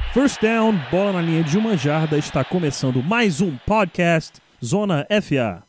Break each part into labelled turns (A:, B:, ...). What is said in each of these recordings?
A: First down, bola na linha de 1 jarda, está começando mais um podcast Zona FA.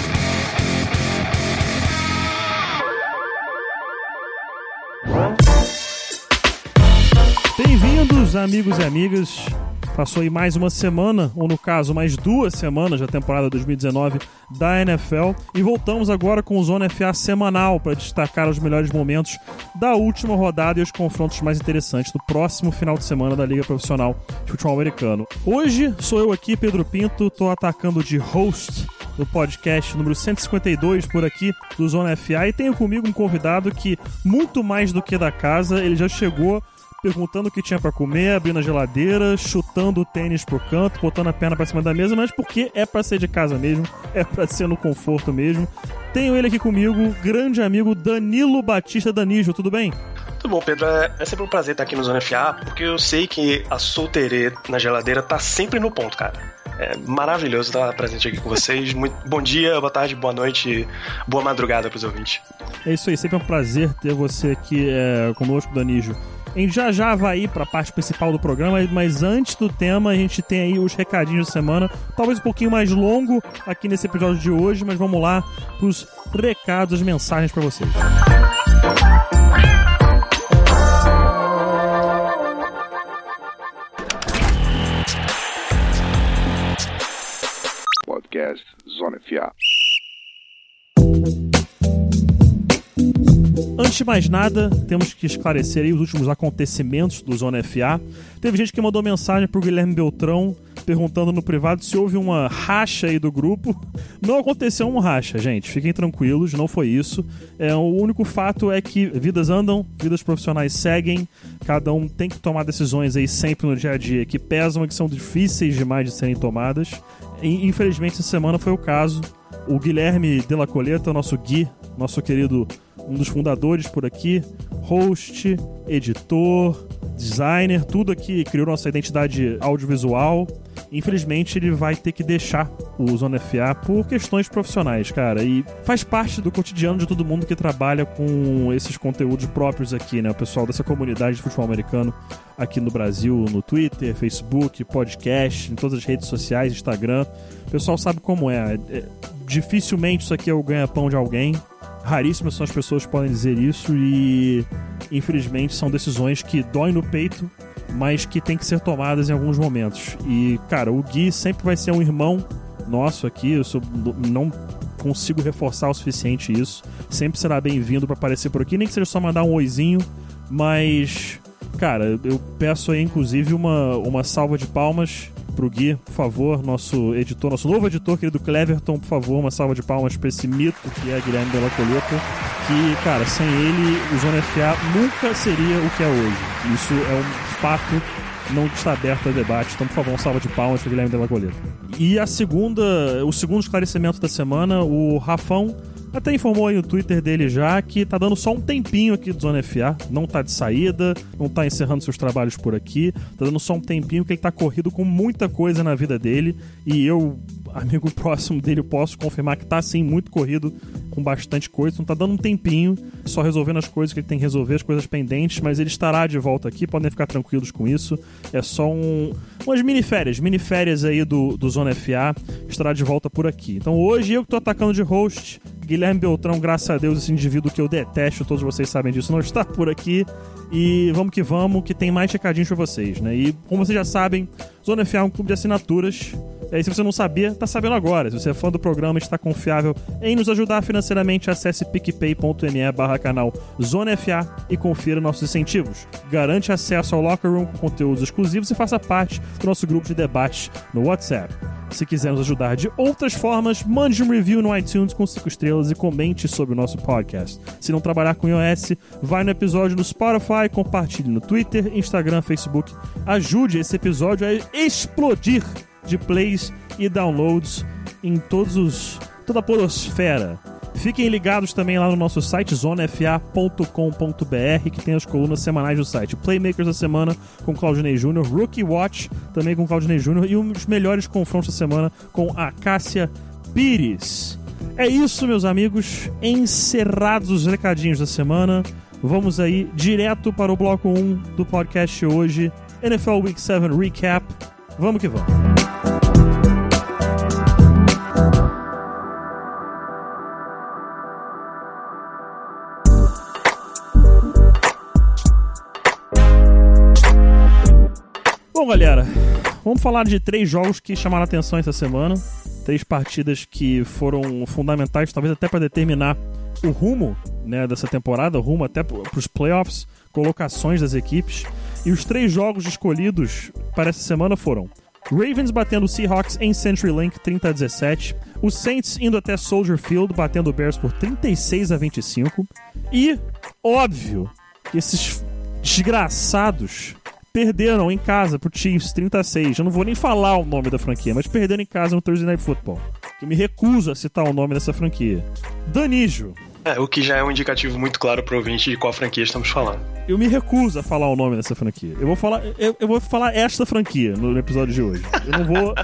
A: Bem-vindos, amigos e amigas. Passou aí mais uma semana, ou no caso, mais 2 semanas da temporada 2019 da NFL. E voltamos agora com o Zona FA semanal para destacar os melhores momentos da última rodada e os confrontos mais interessantes do próximo final de semana da Liga Profissional de Futebol Americano. Hoje sou eu aqui, Pedro Pinto, estou atacando de host do podcast número 152 por aqui do Zona FA. E tenho comigo um convidado que, muito mais do que da casa, ele já chegou perguntando o que tinha pra comer, abrindo a geladeira, chutando o tênis pro canto, botando a perna pra cima da mesa, mas porque é pra ser de casa mesmo, é pra ser no conforto mesmo. Tenho ele aqui comigo, grande amigo Danilo Batista. Danijo, tudo bem?
B: Tudo bom, Pedro. É sempre um prazer estar aqui no Zona FA, porque eu sei que a solteirê na geladeira tá sempre no ponto, cara. É maravilhoso estar presente aqui com vocês. Muito bom dia, boa tarde, boa noite, boa madrugada pros ouvintes.
A: É isso aí, sempre é um prazer ter você aqui conosco, Danijo. A gente já vai ir para a parte principal do programa, mas antes do tema a gente tem aí os recadinhos da semana, talvez um pouquinho mais longo aqui nesse episódio de hoje, mas vamos lá para os recados, as mensagens para vocês.
C: Podcast Zona FA.
A: Antes de mais nada, temos que esclarecer aí os últimos acontecimentos do Zona FA. Teve gente que mandou mensagem pro Guilherme Beltrão perguntando no privado se houve uma racha aí do grupo. Não aconteceu um racha, gente. Fiquem tranquilos, não foi isso. O único fato é que vidas andam, vidas profissionais seguem. Cada um tem que tomar decisões aí sempre no dia a dia que pesam e que são difíceis demais de serem tomadas. E, infelizmente, essa semana foi o caso. O Guilherme de la Coleta, nosso Gui, nosso querido, um dos fundadores por aqui, host, editor, designer, tudo aqui criou nossa identidade audiovisual. Infelizmente, ele vai ter que deixar o Zona FA por questões profissionais, cara. E faz parte do cotidiano de todo mundo que trabalha com esses conteúdos próprios aqui, né? O pessoal dessa comunidade de futebol americano aqui no Brasil, no Twitter, Facebook, podcast, em todas as redes sociais, Instagram. O pessoal sabe como é. Dificilmente isso aqui é o ganha-pão de alguém. Raríssimas são as pessoas que podem dizer isso e, infelizmente, são decisões que doem no peito, mas que tem que ser tomadas em alguns momentos. E, cara, o Gui sempre vai ser um irmão nosso aqui, não consigo reforçar o suficiente isso. Sempre será bem-vindo para aparecer por aqui, nem que seja só mandar um oizinho, mas, cara, eu peço aí, inclusive, uma salva de palmas pro Gui, por favor, nosso editor, nosso novo editor, querido Cleverton, por favor, uma salva de palmas pra esse mito que é Guilherme de la Coleta, que, cara, sem ele, o Zona FA nunca seria o que é hoje. Isso é um fato, não está aberto a debate, então, por favor, uma salva de palmas pro Guilherme de la Coleta. E o segundo esclarecimento da semana, o Rafão até informou aí no Twitter dele já que tá dando só um tempinho aqui do Zona FA, não tá de saída, não tá encerrando seus trabalhos por aqui, tá dando só um tempinho que ele tá corrido com muita coisa na vida dele, e eu, amigo próximo dele, posso confirmar que tá sim muito corrido com bastante coisa, então tá dando um tempinho, só resolvendo as coisas que ele tem que resolver, as coisas pendentes, mas ele estará de volta aqui, podem ficar tranquilos com isso, é só umas miniférias aí do Zona FA, estará de volta por aqui. Então hoje eu que tô atacando de host, Guilherme Beltrão, graças a Deus, esse indivíduo que eu detesto, todos vocês sabem disso, não está por aqui. E vamos que tem mais recadinhos pra vocês, né? E como vocês já sabem, Zona FA é um clube de assinaturas. E aí, se você não sabia, tá sabendo agora. Se você é fã do programa e está confiável em nos ajudar financeiramente, acesse picpay.me/canal Zona FA e confira nossos incentivos. Garante acesso ao Locker Room com conteúdos exclusivos e faça parte do nosso grupo de debate no WhatsApp. Se quiser nos ajudar de outras formas, mande um review no iTunes com 5 estrelas e comente sobre o nosso podcast. Se não trabalhar com iOS, vai no episódio no Spotify, compartilhe no Twitter, Instagram, Facebook. Ajude esse episódio a explodir de plays e downloads em toda a podosfera. Fiquem ligados também lá no nosso site zonafa.com.br, que tem as colunas semanais do site. Playmakers da semana com Claudinei Júnior, Rookie Watch também com Claudinei Júnior e um dos melhores confrontos da semana com a Cássia Pires. É isso, meus amigos. Encerrados os recadinhos da semana, vamos aí direto para o bloco 1 do podcast hoje. NFL Week 7 Recap. Vamos que vamos. Bom, galera, vamos falar de 3 jogos que chamaram a atenção essa semana. 3 partidas que foram fundamentais, talvez até para determinar o rumo, né, dessa temporada, o rumo até para os playoffs, colocações das equipes. E os 3 jogos escolhidos para essa semana foram Ravens batendo o Seahawks em CenturyLink 30-17, os Saints indo até Soldier Field batendo o Bears por 36-25 e, óbvio, que esses desgraçados perderam em casa pro Chiefs 36. Eu não vou nem falar o nome da franquia, mas perderam em casa no Thursday Night Football. Eu me recuso a citar o nome dessa franquia. Danijo.
B: O que já é um indicativo muito claro pro ouvinte de qual franquia estamos falando.
A: Eu me recuso a falar o nome dessa franquia. Eu vou falar esta franquia no episódio de hoje. Eu não vou...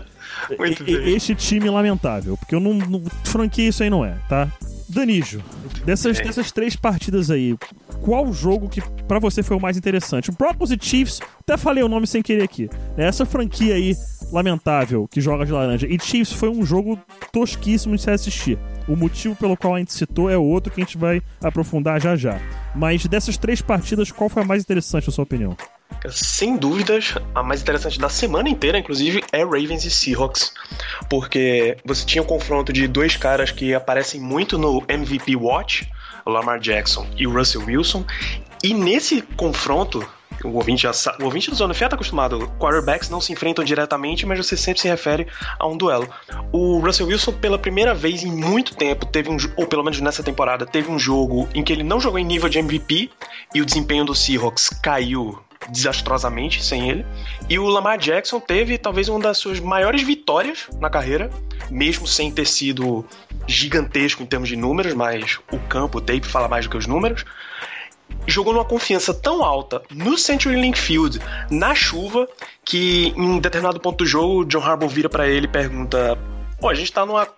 A: Este time lamentável, porque eu não franquia isso aí não é, tá? Danijo, dessas 3 partidas aí, qual jogo que pra você foi o mais interessante? O Broncos e Chiefs, até falei o nome sem querer aqui. Essa franquia aí, lamentável, que joga de laranja. E Chiefs foi um jogo tosquíssimo de se assistir. O motivo pelo qual a gente citou é outro que a gente vai aprofundar já já. Mas dessas 3 partidas, qual foi a mais interessante, na sua opinião?
B: Sem dúvidas, a mais interessante da semana inteira, inclusive, é Ravens e Seahawks. Porque você tinha um confronto de 2 caras que aparecem muito no MVP Watch, o Lamar Jackson e o Russell Wilson. E nesse confronto, o ouvinte do Zona FA está acostumado, quarterbacks não se enfrentam diretamente, mas você sempre se refere a um duelo. O Russell Wilson, pela primeira vez em muito tempo, ou pelo menos nessa temporada, teve um jogo em que ele não jogou em nível de MVP e o desempenho do Seahawks caiu desastrosamente sem ele. E o Lamar Jackson teve talvez uma das suas maiores vitórias na carreira, mesmo sem ter sido gigantesco em termos de números, mas o campo, o tape fala mais do que os números. Jogou numa confiança tão alta no CenturyLink Field, na chuva, que em determinado ponto do jogo, John Harbaugh vira pra ele e pergunta: a gente tá numa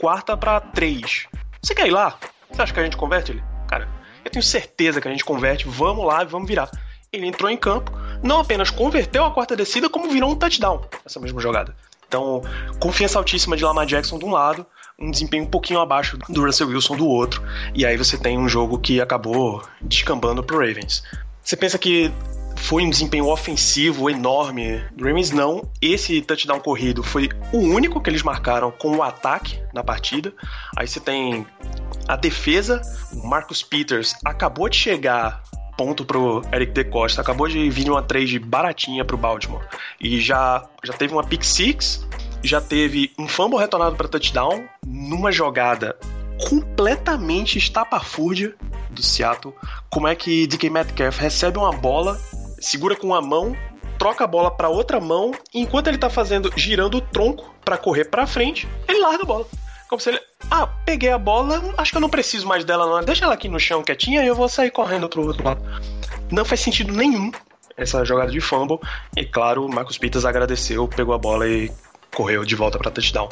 B: 4-3. Você quer ir lá? Você acha que a gente converte ele? Cara, eu tenho certeza que a gente converte, vamos lá e vamos virar. Ele entrou em campo, não apenas converteu a 4ª descida, como virou um touchdown nessa mesma jogada. Então, confiança altíssima de Lamar Jackson de um lado, um desempenho um pouquinho abaixo do Russell Wilson do outro, e aí você tem um jogo que acabou descambando pro Ravens. Você pensa que foi um desempenho ofensivo enorme do Ravens? Não. Esse touchdown corrido foi o único que eles marcaram com o ataque na partida. Aí você tem a defesa, o Marcus Peters acabou de chegar... ponto pro Eric DeCosta, acabou de vir uma trade baratinha pro Baltimore e já teve uma pick six, já teve um fumble retornado para touchdown numa jogada completamente estapafúrdia do Seattle. Como é que DK Metcalf recebe uma bola, segura com uma mão, troca a bola para outra mão e enquanto ele tá girando o tronco para correr para frente, ele larga a bola. Como se ele... peguei a bola, acho que eu não preciso mais dela não. Deixa ela aqui no chão quietinha e eu vou sair correndo pro outro lado. Não faz sentido nenhum essa jogada de fumble. E claro, o Marcus Peters agradeceu, pegou a bola e correu de volta pra touchdown.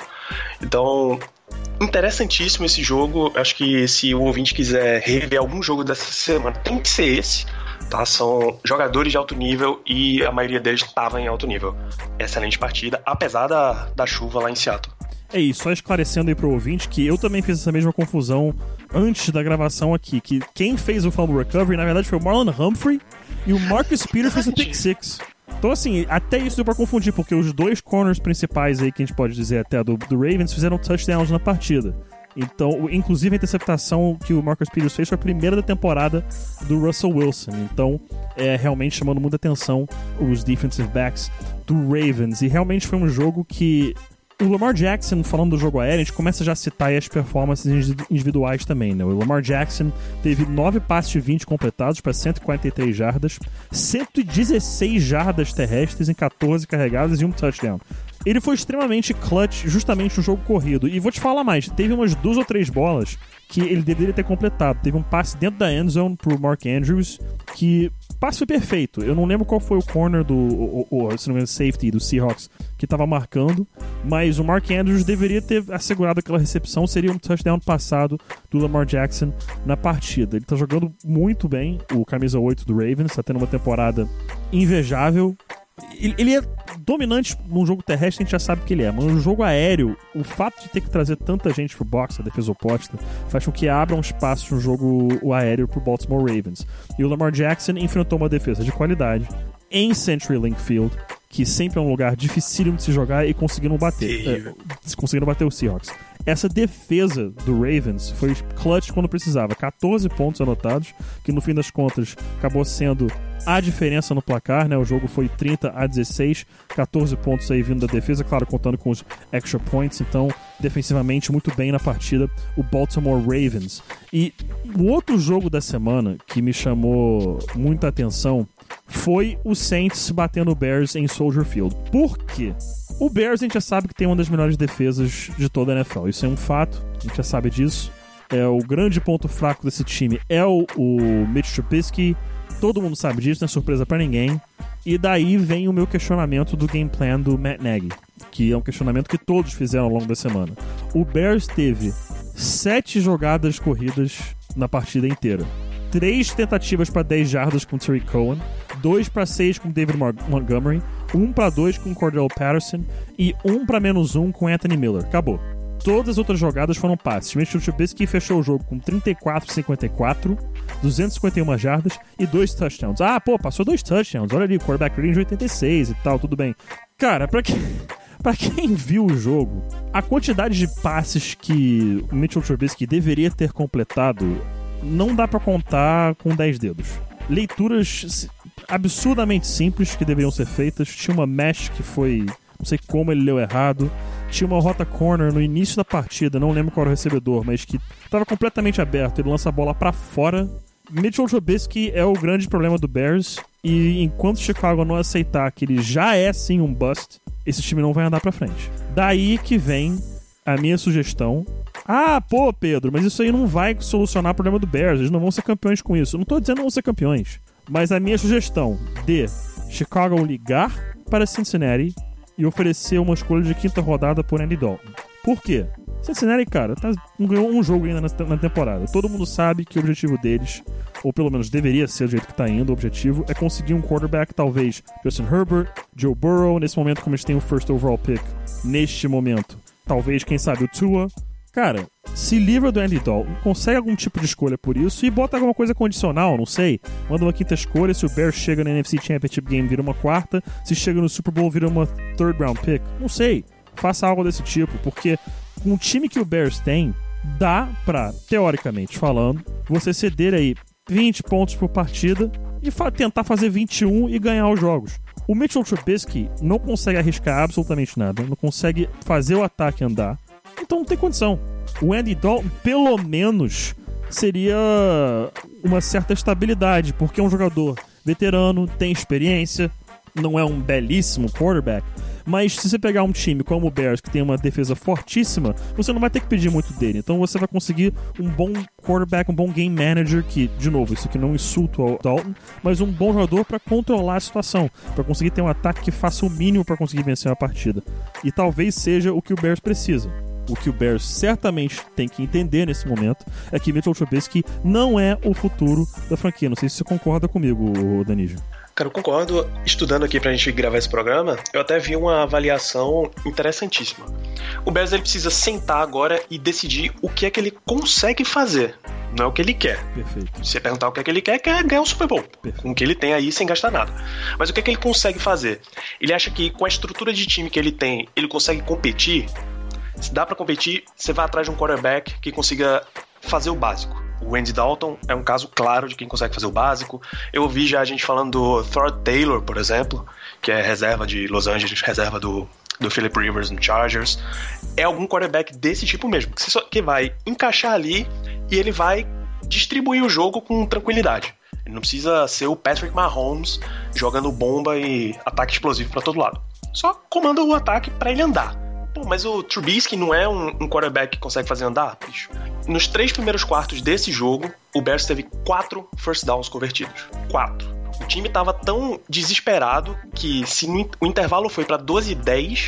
B: Então, interessantíssimo esse jogo. Acho que se o ouvinte quiser rever algum jogo dessa semana, tem que ser esse. Tá? São jogadores de alto nível e a maioria deles estava em alto nível. Excelente partida, apesar da chuva lá em Seattle.
A: É isso, só esclarecendo aí pro ouvinte que eu também fiz essa mesma confusão antes da gravação aqui, que quem fez o fumble recovery, na verdade, foi o Marlon Humphrey e o Marcus Peters fez o pick six. Então, assim, até isso deu pra confundir, porque os 2 corners principais aí, que a gente pode dizer até do Ravens, fizeram touchdowns na partida. Então, inclusive a interceptação que o Marcus Peters fez foi a primeira da temporada do Russell Wilson. Então, realmente chamando muita atenção os defensive backs do Ravens. E realmente foi um jogo que... O Lamar Jackson, falando do jogo aéreo, a gente começa já a citar aí as performances individuais também, né? O Lamar Jackson teve 9 passes de 20 completados para 143 jardas, 116 jardas terrestres em 14 carregadas e um touchdown. Ele foi extremamente clutch justamente no jogo corrido. E vou te falar mais, teve umas 2 ou 3 bolas que ele deveria ter completado. Teve um passe dentro da end zone pro Mark Andrews, que o passe foi perfeito. Eu não lembro qual foi o corner se não me engano, safety do Seahawks que estava marcando, mas o Mark Andrews deveria ter assegurado aquela recepção. Seria um touchdown passado do Lamar Jackson na partida. Ele tá jogando muito bem, o camisa 8 do Ravens, tá tendo uma temporada invejável. Ele é dominante no jogo terrestre, a gente já sabe que ele é, mas no jogo aéreo, o fato de ter que trazer tanta gente pro box, a defesa oposta, faz com que abra um espaço no jogo aéreo pro Baltimore Ravens. E o Lamar Jackson enfrentou uma defesa de qualidade em CenturyLink Field, que sempre é um lugar dificílimo de se jogar, e conseguiram bater o Seahawks. Essa defesa do Ravens foi clutch quando precisava. 14 pontos anotados, que no fim das contas acabou sendo a diferença no placar, né? O jogo foi 30-16, 14 pontos aí vindo da defesa, claro, contando com os extra points. Então, defensivamente, muito bem na partida, o Baltimore Ravens. E o outro jogo da semana que me chamou muita atenção foi o Saints batendo o Bears em Soldier Field. Por quê? O Bears a gente já sabe que tem uma das melhores defesas de toda a NFL. Isso é um fato, a gente já sabe disso. O grande ponto fraco desse time é o Mitch Trubisky. Todo mundo sabe disso, não é surpresa pra ninguém. E daí vem o meu questionamento do game plan do Matt Nagy, que é um questionamento que todos fizeram ao longo da semana. O Bears teve 7 jogadas corridas na partida inteira. 3 tentativas para 10 jardas com Tariq Cohen, 2 para 6 com David Montgomery, 1 para 2 com Cordell Patterson e 1 para -1 com Anthony Miller. Acabou. Todas as outras jogadas foram passes. Mitchell Trubisky fechou o jogo com 34-54, 251 jardas e 2 touchdowns. Passou 2 touchdowns. Olha ali, quarterback range 86 e tal, tudo bem. Cara, pra quem viu o jogo, a quantidade de passes que o Mitchell Trubisky deveria ter completado não dá pra contar com 10 dedos. Leituras absurdamente simples que deveriam ser feitas. Tinha uma mesh que foi... não sei como ele leu errado. Tinha uma rota corner no início da partida, não lembro qual era o recebedor, mas que estava completamente aberto. Ele lança a bola pra fora. Mitchell Trubisky é o grande problema do Bears, e enquanto Chicago não aceitar que ele já é sim um bust, esse time não vai andar pra frente. Daí que vem a minha sugestão. Pedro, mas isso aí não vai solucionar o problema do Bears, eles não vão ser campeões com isso. Eu não tô dizendo que vão ser campeões, mas a minha sugestão de Chicago ligar para Cincinnati e oferecer uma escolha de 5ª rodada por Andy Dalton. Por quê? Cincinnati, cara, ganhou um jogo ainda na temporada. Todo mundo sabe que o objetivo deles, ou pelo menos deveria ser do jeito que tá indo, o objetivo é conseguir um quarterback, talvez Justin Herbert, Joe Burrow, nesse momento como eles têm o first overall pick, neste momento, talvez, quem sabe, o Tua. Cara, se livra do Andy Dalton, consegue algum tipo de escolha por isso e bota alguma coisa condicional, não sei. Manda uma 5ª escolha, se o Bears chega na NFC Championship Game, vira uma 4ª, se chega no Super Bowl, vira uma 3rd round pick. Não sei, faça algo desse tipo, porque com o time que o Bears tem, dá pra, teoricamente falando, você ceder aí 20 pontos por partida e tentar fazer 21 e ganhar os jogos. O Mitchell Trubisky não consegue arriscar absolutamente nada, não consegue fazer o ataque andar, então não tem condição. O Andy Dalton, pelo menos, seria uma certa estabilidade, porque é um jogador veterano, tem experiência, não é um belíssimo quarterback, mas se você pegar um time como o Bears, que tem uma defesa fortíssima, você não vai ter que pedir muito dele. Então você vai conseguir um bom quarterback, um bom game manager, que, de novo, isso aqui não insulta o Dalton, mas um bom jogador para controlar a situação, para conseguir ter um ataque que faça o mínimo para conseguir vencer a partida. E talvez seja o que o Bears precisa. O que o Bears certamente tem que entender nesse momento é que Mitchell Trubisky não é o futuro da franquia. Não sei se você concorda comigo, Danígio.
B: Cara, eu concordo. Estudando aqui pra gente gravar esse programa, eu até vi uma avaliação interessantíssima. O Bears ele precisa sentar agora e decidir o que é que ele consegue fazer, não é o que ele quer.
A: Perfeito.
B: Se você perguntar o que é que ele quer ganhar um Super Bowl. Perfeito. Com o que ele tem aí sem gastar nada. Mas o que é que ele consegue fazer? Ele acha que com a estrutura de time que ele tem, ele consegue competir? Se dá pra competir, você vai atrás de um quarterback que consiga fazer o básico. O Andy Dalton é um caso claro de quem consegue fazer o básico. Eu ouvi já a gente falando do Thor Taylor, por exemplo, que é reserva de Los Angeles, reserva do Philip Rivers no Chargers. É algum quarterback desse tipo mesmo, que vai encaixar ali e ele vai distribuir o jogo com tranquilidade. Ele não precisa ser o Patrick Mahomes jogando bomba e ataque explosivo pra todo lado. Só comanda o ataque pra ele andar. Pô, mas o Trubisky não é um quarterback que consegue fazer andar, bicho? Nos 3 primeiros quartos desse jogo, o Bears teve 4 first downs convertidos. 4. O time tava tão desesperado que se o intervalo foi pra 12-10,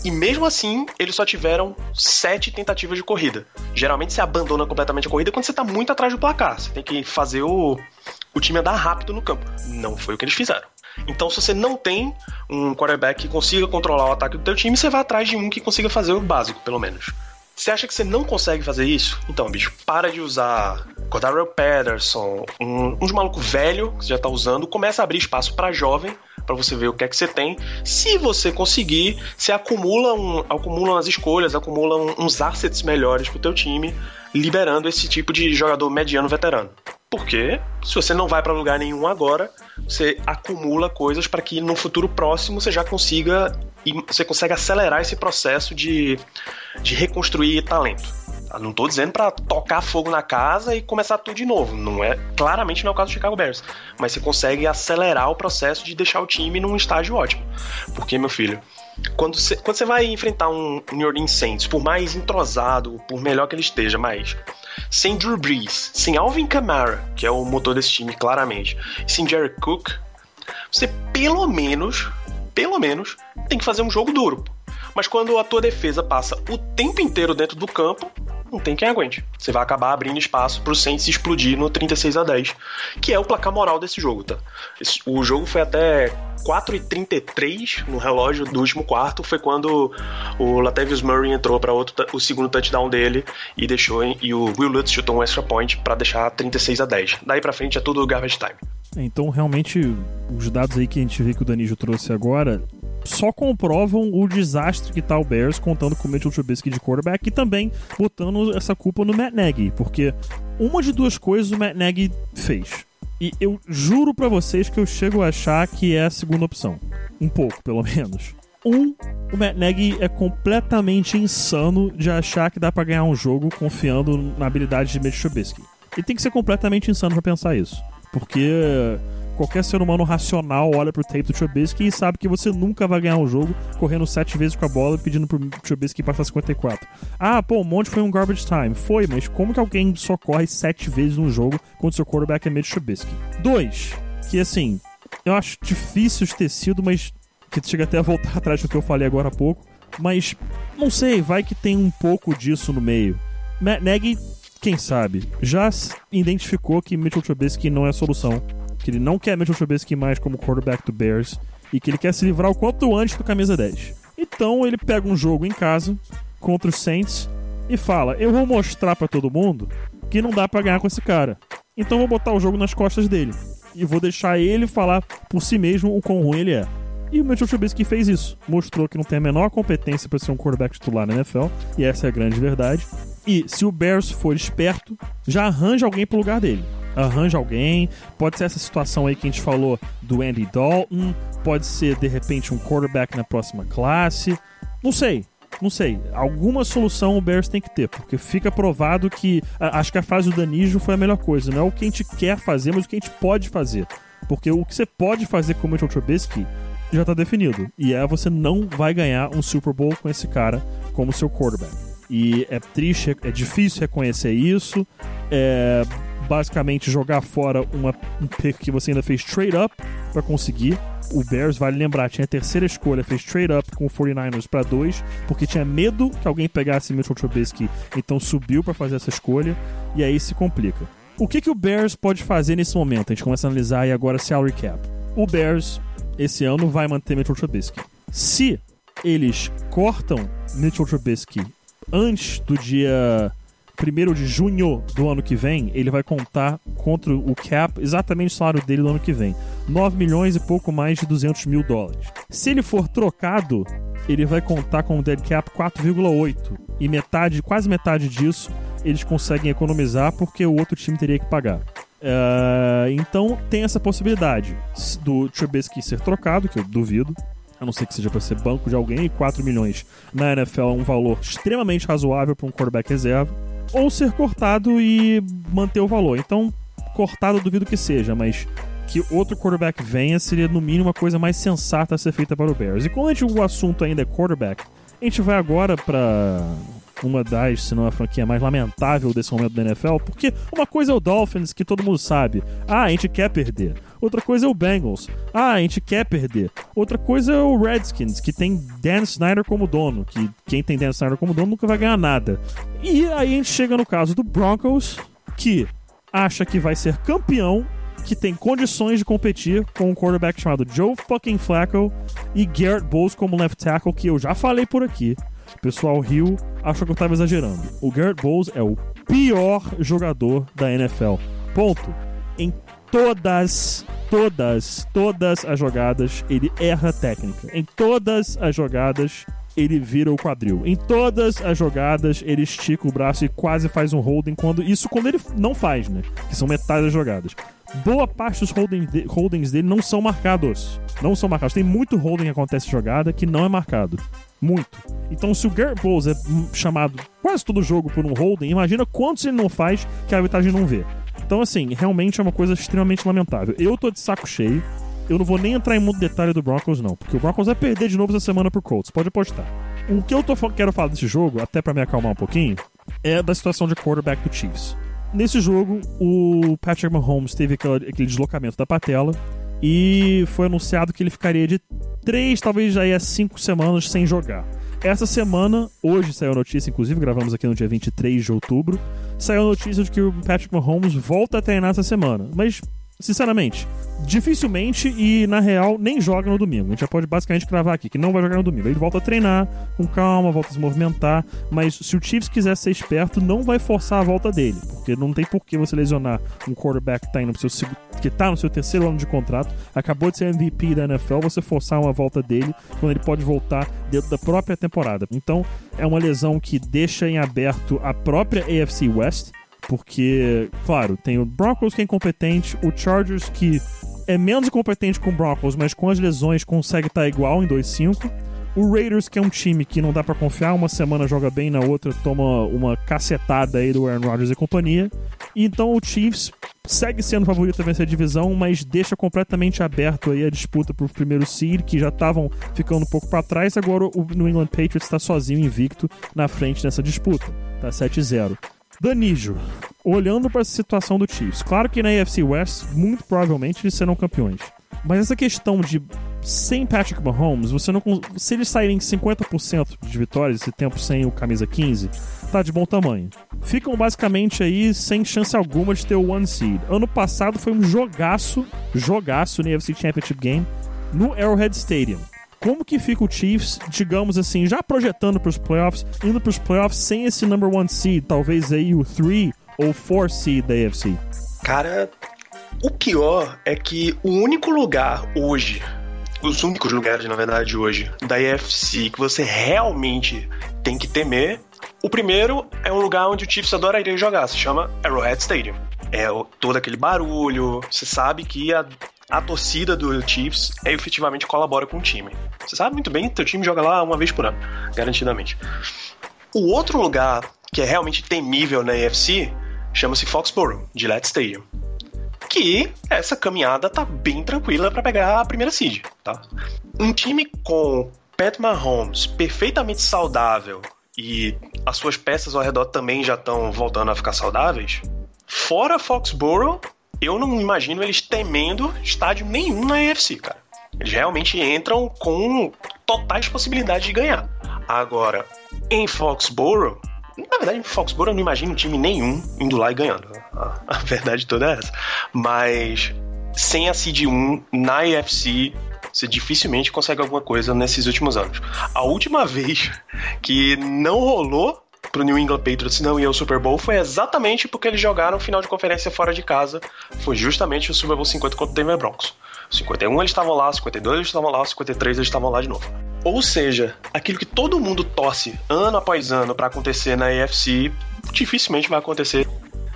B: E mesmo assim, eles só tiveram 7 tentativas de corrida. Geralmente você abandona completamente a corrida quando você tá muito atrás do placar. Você tem que fazer o time andar rápido no campo. Não foi o que eles fizeram. Então, se você não tem um quarterback que consiga controlar o ataque do teu time, você vai atrás de um que consiga fazer o básico, pelo menos. Você acha que você não consegue fazer isso? Então, bicho, para de usar Cordarrelle Patterson, uns maluco velho que você já tá usando, começa a abrir espaço pra jovem, pra você ver o que é que você tem. Se você conseguir, você acumula umas escolhas, acumula uns assets melhores pro teu time, liberando esse tipo de jogador mediano veterano. Porque se você não vai pra lugar nenhum agora, você acumula coisas para que no futuro próximo você já consiga, e você consegue acelerar esse processo de reconstruir talento. Não tô dizendo pra tocar fogo na casa e começar tudo de novo. Claramente não é o caso do Chicago Bears. Mas você consegue acelerar o processo de deixar o time num estágio ótimo. Porque, meu filho, quando você vai enfrentar um New Orleans Saints, por mais entrosado, por melhor que ele esteja, mas sem Drew Brees, sem Alvin Kamara, que é o motor desse time, claramente, sem Jared Cook, você pelo menos, tem que fazer um jogo duro. Mas quando a tua defesa passa o tempo inteiro dentro do campo, não tem quem aguente. Você vai acabar abrindo espaço pro Saints explodir no 36-10, que é o placar moral desse jogo, tá? O jogo foi até 4:33 no relógio do último quarto, foi quando o Latavius Murray entrou para o segundo touchdown dele e o Will Lutz chutou um extra point para deixar 36-10. Daí pra frente é tudo garbage time.
A: Então, realmente, os dados aí que a gente vê que o Danijo trouxe agora só comprovam o desastre que tá o Bears, contando com o Mitchell Trubisky de quarterback e também botando essa culpa no Matt Nagy, porque uma de duas coisas o Matt Nagy fez. E eu juro pra vocês que eu chego a achar que é a segunda opção. Um pouco, pelo menos. O Matt Nagy é completamente insano de achar que dá pra ganhar um jogo confiando na habilidade de Mitchell Trubisky. Ele tem que ser completamente insano pra pensar isso. Porque qualquer ser humano racional olha pro tape do Trubisky e sabe que você nunca vai ganhar um jogo correndo 7 vezes com a bola e pedindo pro Trubisky passar 54. Um monte foi um garbage time. Foi, mas como que alguém só corre 7 vezes num jogo quando seu quarterback é Mitch Trubisky? 2, que assim, eu acho difícil de ter sido, mas que chega até a voltar atrás do que eu falei agora há pouco, mas não sei, vai que tem um pouco disso no meio. Matt Nagy, quem sabe, já identificou que Mitchell Trubisky não é a solução, que ele não quer Mitchell Trubisky mais como quarterback do Bears e que ele quer se livrar o quanto antes do camisa 10. Então ele pega um jogo em casa contra os Saints e fala: eu vou mostrar pra todo mundo que não dá pra ganhar com esse cara, então vou botar o jogo nas costas dele e vou deixar ele falar por si mesmo o quão ruim ele é. E o Mitchell Trubisky fez isso, mostrou que não tem a menor competência para ser um quarterback titular na NFL, e essa é a grande verdade. E se o Bears for esperto, já arranja alguém pro lugar dele. Arranja alguém, pode ser essa situação aí que a gente falou do Andy Dalton, pode ser de repente um quarterback na próxima classe, não sei. Alguma solução o Bears tem que ter, porque fica provado que, acho que a frase do Danijo foi a melhor coisa, não é o que a gente quer fazer, mas o que a gente pode fazer. Porque o que você pode fazer com o Mitchell Trubisky já tá definido, e você não vai ganhar um Super Bowl com esse cara como seu quarterback. E é triste, é difícil reconhecer isso, é basicamente jogar fora um pick que você ainda fez trade up para conseguir. O Bears, vale lembrar, tinha a terceira escolha, fez trade up com o 49ers para 2, porque tinha medo que alguém pegasse Mitchell Trubisky, então subiu para fazer essa escolha, e aí se complica. O que o Bears pode fazer nesse momento? A gente começa a analisar aí agora salary cap. O Bears, esse ano, vai manter Mitchell Trubisky. Se eles cortam Mitchell Trubisky antes do dia 1º de junho do ano que vem, ele vai contar contra o cap exatamente o salário dele no ano que vem. 9 milhões e pouco mais de $200 mil. Se ele for trocado, ele vai contar com o dead cap 4,8. E quase metade disso eles conseguem economizar porque o outro time teria que pagar. Então tem essa possibilidade do Trubisky ser trocado, que eu duvido, a não ser que seja para ser banco de alguém, e 4 milhões na NFL é um valor extremamente razoável para um quarterback reserva, ou ser cortado e manter o valor. Então, cortado eu duvido que seja, mas que outro quarterback venha seria no mínimo a coisa mais sensata a ser feita para o Bears. E como o assunto ainda é quarterback, a gente vai agora para uma das, se não a franquia mais lamentável desse momento da NFL, porque uma coisa é o Dolphins, que todo mundo sabe, a gente quer perder. Outra coisa é o Bengals. A gente quer perder. Outra coisa é o Redskins, que tem Dan Snyder como dono, que quem tem Dan Snyder como dono nunca vai ganhar nada. E aí a gente chega no caso do Broncos, que acha que vai ser campeão, que tem condições de competir com um quarterback chamado Joe fucking Flacco e Garrett Bowles como left tackle, que eu já falei por aqui. O pessoal riu, achou que eu tava exagerando. O Garrett Bowles é o pior jogador da NFL. Ponto. Em todas as jogadas, ele erra a técnica. Em todas as jogadas, ele vira o quadril. Em todas as jogadas, ele estica o braço e quase faz um holding. Quando ele não faz, né? Que são metade das jogadas. Boa parte dos holdings dele não são marcados. Não são marcados. Tem muito holding que acontece em jogada que não é marcado. Muito. Então, se o Garrett Bowles é chamado quase todo jogo por um holding, imagina quantos ele não faz que a arbitragem não vê. Então, assim, realmente é uma coisa extremamente lamentável. Eu tô de saco cheio. Eu não vou nem entrar em muito detalhe do Broncos, não. Porque o Broncos vai perder de novo essa semana pro Colts. Pode apostar. O que eu quero falar desse jogo, até pra me acalmar um pouquinho, é da situação de quarterback do Chiefs. Nesse jogo, o Patrick Mahomes teve aquele deslocamento da patela e foi anunciado que ele ficaria de 3, talvez já 5 semanas sem jogar. Essa semana, hoje saiu a notícia, inclusive gravamos aqui no dia 23 de outubro, saiu a notícia de que o Patrick Mahomes volta a treinar essa semana. Mas, sinceramente, dificilmente e, na real, nem joga no domingo. A gente já pode basicamente cravar aqui que não vai jogar no domingo. Ele volta a treinar com calma, volta a se movimentar, mas se o Chiefs quiser ser esperto, não vai forçar a volta dele, porque não tem por que você lesionar um quarterback que tá no seu terceiro ano de contrato, acabou de ser MVP da NFL, você forçar uma volta dele quando ele pode voltar dentro da própria temporada. Então, é uma lesão que deixa em aberto a própria AFC West, porque, claro, tem o Broncos que é incompetente, o Chargers que é menos incompetente com o Broncos, mas com as lesões consegue estar igual em 2-5. O Raiders, que é um time que não dá pra confiar, uma semana joga bem, na outra toma uma cacetada aí do Aaron Rodgers e companhia. E então o Chiefs segue sendo favorito a vencer a divisão, mas deixa completamente aberto aí a disputa pro primeiro seed, que já estavam ficando um pouco pra trás. Agora o New England Patriots tá sozinho, invicto, na frente nessa disputa. Tá 7-0. Danijo, olhando para essa situação do Chiefs, claro que na AFC West, muito provavelmente eles serão campeões. Mas essa questão de sem Patrick Mahomes, se eles saírem 50% de vitórias, esse tempo sem o camisa 15, tá de bom tamanho. Ficam basicamente aí sem chance alguma de ter o one seed. Ano passado foi um jogaço no AFC Championship Game no Arrowhead Stadium. Como que fica o Chiefs, digamos assim, já projetando pros playoffs, indo pros playoffs sem esse number one seed, talvez aí o 3 ou 4 seed da AFC?
B: Cara, o pior é que o único lugar hoje, os únicos lugares, na verdade, hoje, da AFC que você realmente tem que temer, o primeiro é um lugar onde o Chiefs adoraria jogar, se chama Arrowhead Stadium. É todo aquele barulho, você sabe que a torcida do Chiefs efetivamente colabora com o time. Você sabe muito bem que o time joga lá uma vez por ano, garantidamente. O outro lugar que é realmente temível na AFC chama-se Foxborough, Gillette Stadium. Que essa caminhada tá bem tranquila para pegar a primeira seed, tá? Um time com Pat Mahomes perfeitamente saudável e as suas peças ao redor também já estão voltando a ficar saudáveis, fora Foxborough, eu não imagino eles temendo estádio nenhum na AFC, cara. Eles realmente entram com totais possibilidades de ganhar. Agora, em Foxborough, na verdade, em Foxborough eu não imagino time nenhum indo lá e ganhando. A verdade toda é essa. Mas, sem a Seed 1 na AFC, você dificilmente consegue alguma coisa nesses últimos anos. A última vez que não rolou pro New England Patriots não ir ao Super Bowl foi exatamente porque eles jogaram final de conferência fora de casa. Foi justamente o Super Bowl 50 contra o Denver Broncos. 51 eles estavam lá, 52 eles estavam lá, 53 eles estavam lá de novo. Ou seja, aquilo que todo mundo torce ano após ano pra acontecer na AFC, dificilmente vai acontecer.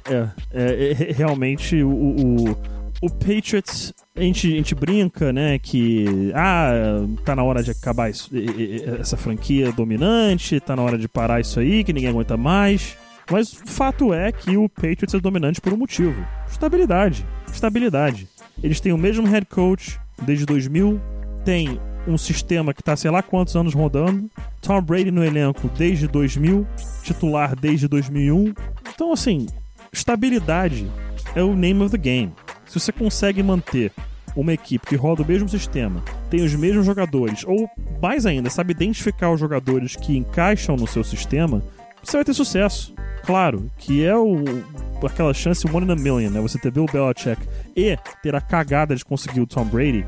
A: Realmente o Patriots, a gente brinca, né, que tá na hora de acabar essa franquia dominante, tá na hora de parar isso aí, que ninguém aguenta mais. Mas o fato é que o Patriots é dominante por um motivo: estabilidade. Eles têm o mesmo head coach desde 2000, tem um sistema que tá sei lá quantos anos rodando, Tom Brady no elenco desde 2000, titular desde 2001. Então, assim, estabilidade é o name of the game. Se você consegue manter uma equipe que roda o mesmo sistema, tem os mesmos jogadores, ou mais ainda, sabe identificar os jogadores que encaixam no seu sistema, você vai ter sucesso. Claro, que é aquela chance one in a million, né? Você ter Bill Belichick e ter a cagada de conseguir o Tom Brady,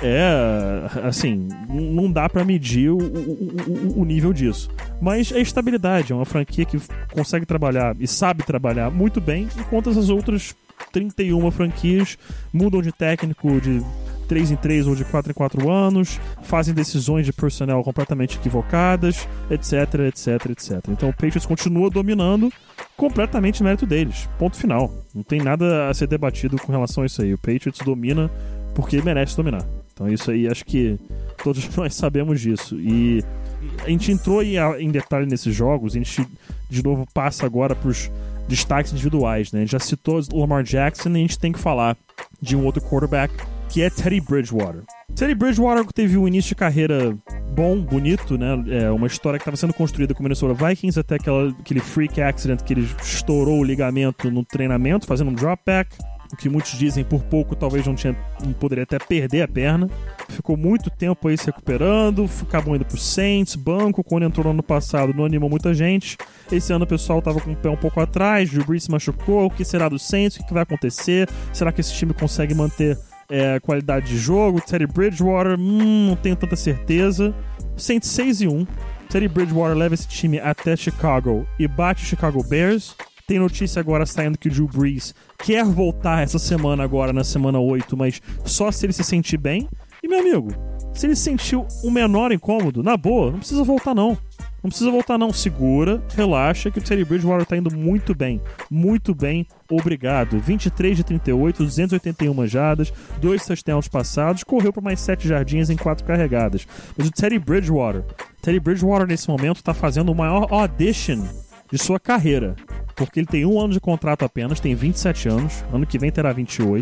A: assim, não dá pra medir o nível disso. Mas é estabilidade, é uma franquia que consegue trabalhar e sabe trabalhar muito bem, enquanto as outras 31 franquias mudam de técnico de 3 em 3 ou de 4 em 4 anos, fazem decisões de personnel completamente equivocadas, etc, etc, etc. Então o Patriots continua dominando completamente o mérito deles. Ponto final. Não tem nada a ser debatido com relação a isso aí. O Patriots domina porque merece dominar. Então isso aí, acho que todos nós sabemos disso. E a gente entrou em detalhe nesses jogos, a gente de novo passa agora pros destaques individuais, né? A gente já citou o Lamar Jackson e a gente tem que falar de um outro quarterback, que é Teddy Bridgewater. Teddy Bridgewater teve um início de carreira bom, bonito, né? É uma história que estava sendo construída com o Minnesota Vikings até aquele freak accident que ele estourou o ligamento no treinamento, fazendo um drop back. O que muitos dizem por pouco talvez não poderia até perder a perna. Ficou muito tempo aí se recuperando, acabou indo pro Saints, banco, quando entrou no ano passado não animou muita gente. Esse ano o pessoal tava com o pé um pouco atrás, Drew Brees se machucou, o que será do Saints, o que vai acontecer? Será que esse time consegue manter qualidade de jogo? Teddy Bridgewater, não tenho tanta certeza. Saints 6-1, Teddy Bridgewater leva esse time até Chicago e bate o Chicago Bears. Tem notícia agora saindo que o Drew Brees quer voltar essa semana agora, na semana 8, mas só se ele se sentir bem. E, meu amigo, se ele sentiu o menor incômodo, na boa, não precisa voltar não. Não precisa voltar não. Segura, relaxa, que o Teddy Bridgewater tá indo muito bem. Muito bem, obrigado. 23 de 38, 281 jardas, 2 touchdowns passados, correu por mais 7 jardinhas em 4 carregadas. Mas o Teddy Bridgewater nesse momento tá fazendo o maior audition de sua carreira. Porque ele tem 1 ano de contrato apenas, tem 27 anos, ano que vem terá 28.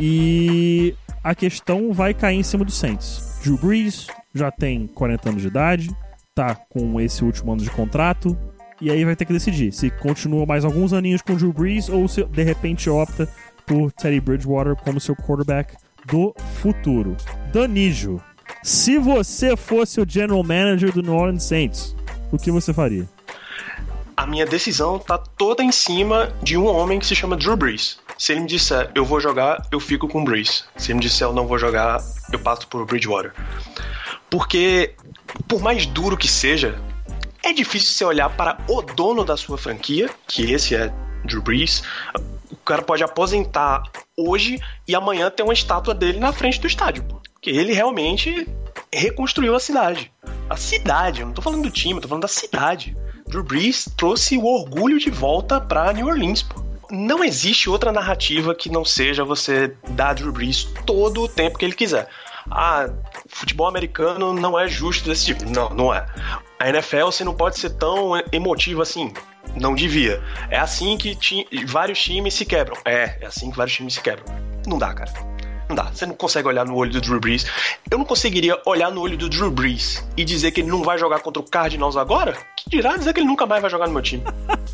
A: E a questão vai cair em cima do Saints. Drew Brees já tem 40 anos de idade, tá com esse último ano de contrato, e aí vai ter que decidir se continua mais alguns aninhos com o Drew Brees ou se de repente opta por Teddy Bridgewater como seu quarterback do futuro. Danijo, se você fosse o general manager do New Orleans Saints, o que você faria?
B: A minha decisão tá toda em cima de um homem que se chama Drew Brees. Se ele me disser eu vou jogar, eu fico com o Brees. Se ele me disser eu não vou jogar, eu passo por Bridgewater. Porque, por mais duro que seja, é difícil você olhar para o dono da sua franquia, que esse é Drew Brees. O cara pode aposentar hoje e amanhã ter uma estátua dele na frente do estádio. Porque ele realmente reconstruiu a cidade. A cidade, eu não tô falando do time, eu tô falando da cidade. Drew Brees trouxe o orgulho de volta pra New Orleans, pô. Não existe outra narrativa que não seja você dar a Drew Brees todo o tempo que ele quiser. Futebol americano não é justo desse tipo. Não, não é. A NFL você não pode ser tão emotivo assim. Não devia. É assim que vários times se quebram. É assim que vários times se quebram. Não dá, cara. Não dá. Você não consegue olhar no olho do Drew Brees. Eu não conseguiria olhar no olho do Drew Brees e dizer que ele não vai jogar contra o Cardinals agora? Que dirá dizer que ele nunca mais vai jogar no meu time?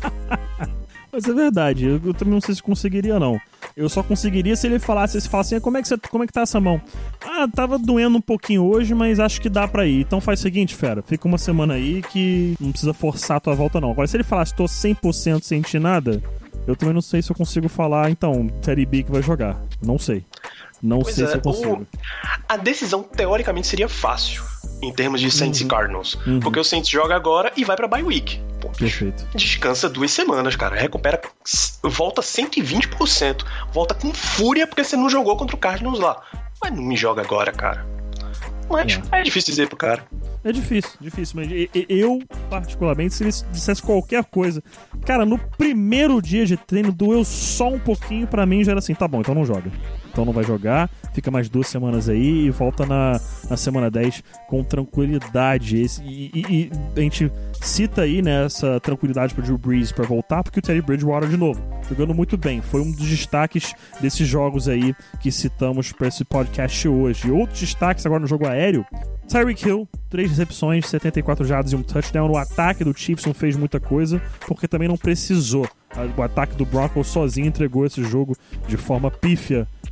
A: Mas é verdade, eu também não sei se conseguiria não. Eu só conseguiria se ele falasse assim, como é que tá essa mão? Tava doendo um pouquinho hoje, mas acho que dá pra ir. Então faz o seguinte, fera, fica uma semana aí que não precisa forçar a tua volta não. Agora se ele falasse, tô 100% sem sentir nada, eu também não sei se eu consigo falar, então, Teddy B que vai jogar. Não sei. Não
B: pois
A: sei se eu consigo.
B: A decisão, teoricamente, seria fácil em termos de Saints e Cardinals. Porque o Saints joga agora e vai pra bye week. Pô,
A: perfeito.
B: Descansa 2 semanas, cara. Recupera, volta 120%. Volta com fúria porque você não jogou contra o Cardinals lá. Mas não me joga agora, cara. Mas é difícil dizer pro cara.
A: É difícil, mas eu, particularmente, se ele dissesse qualquer coisa... Cara, no primeiro dia de treino doeu só um pouquinho, pra mim já era assim, tá bom, então não joga. Então não vai jogar, fica mais 2 semanas aí e volta na semana 10 com tranquilidade. E a gente cita aí, né, essa tranquilidade pro Drew Brees pra voltar, porque o Teddy Bridgewater, de novo, jogando muito bem. Foi um dos destaques desses jogos aí que citamos pra esse podcast hoje. E outros destaques agora no jogo aéreo... Tyreek Hill, 3 recepções, 74 jardas e um touchdown. O ataque do Chiefs não fez muita coisa, porque também não precisou. O ataque do Broncos sozinho entregou esse jogo de forma pífia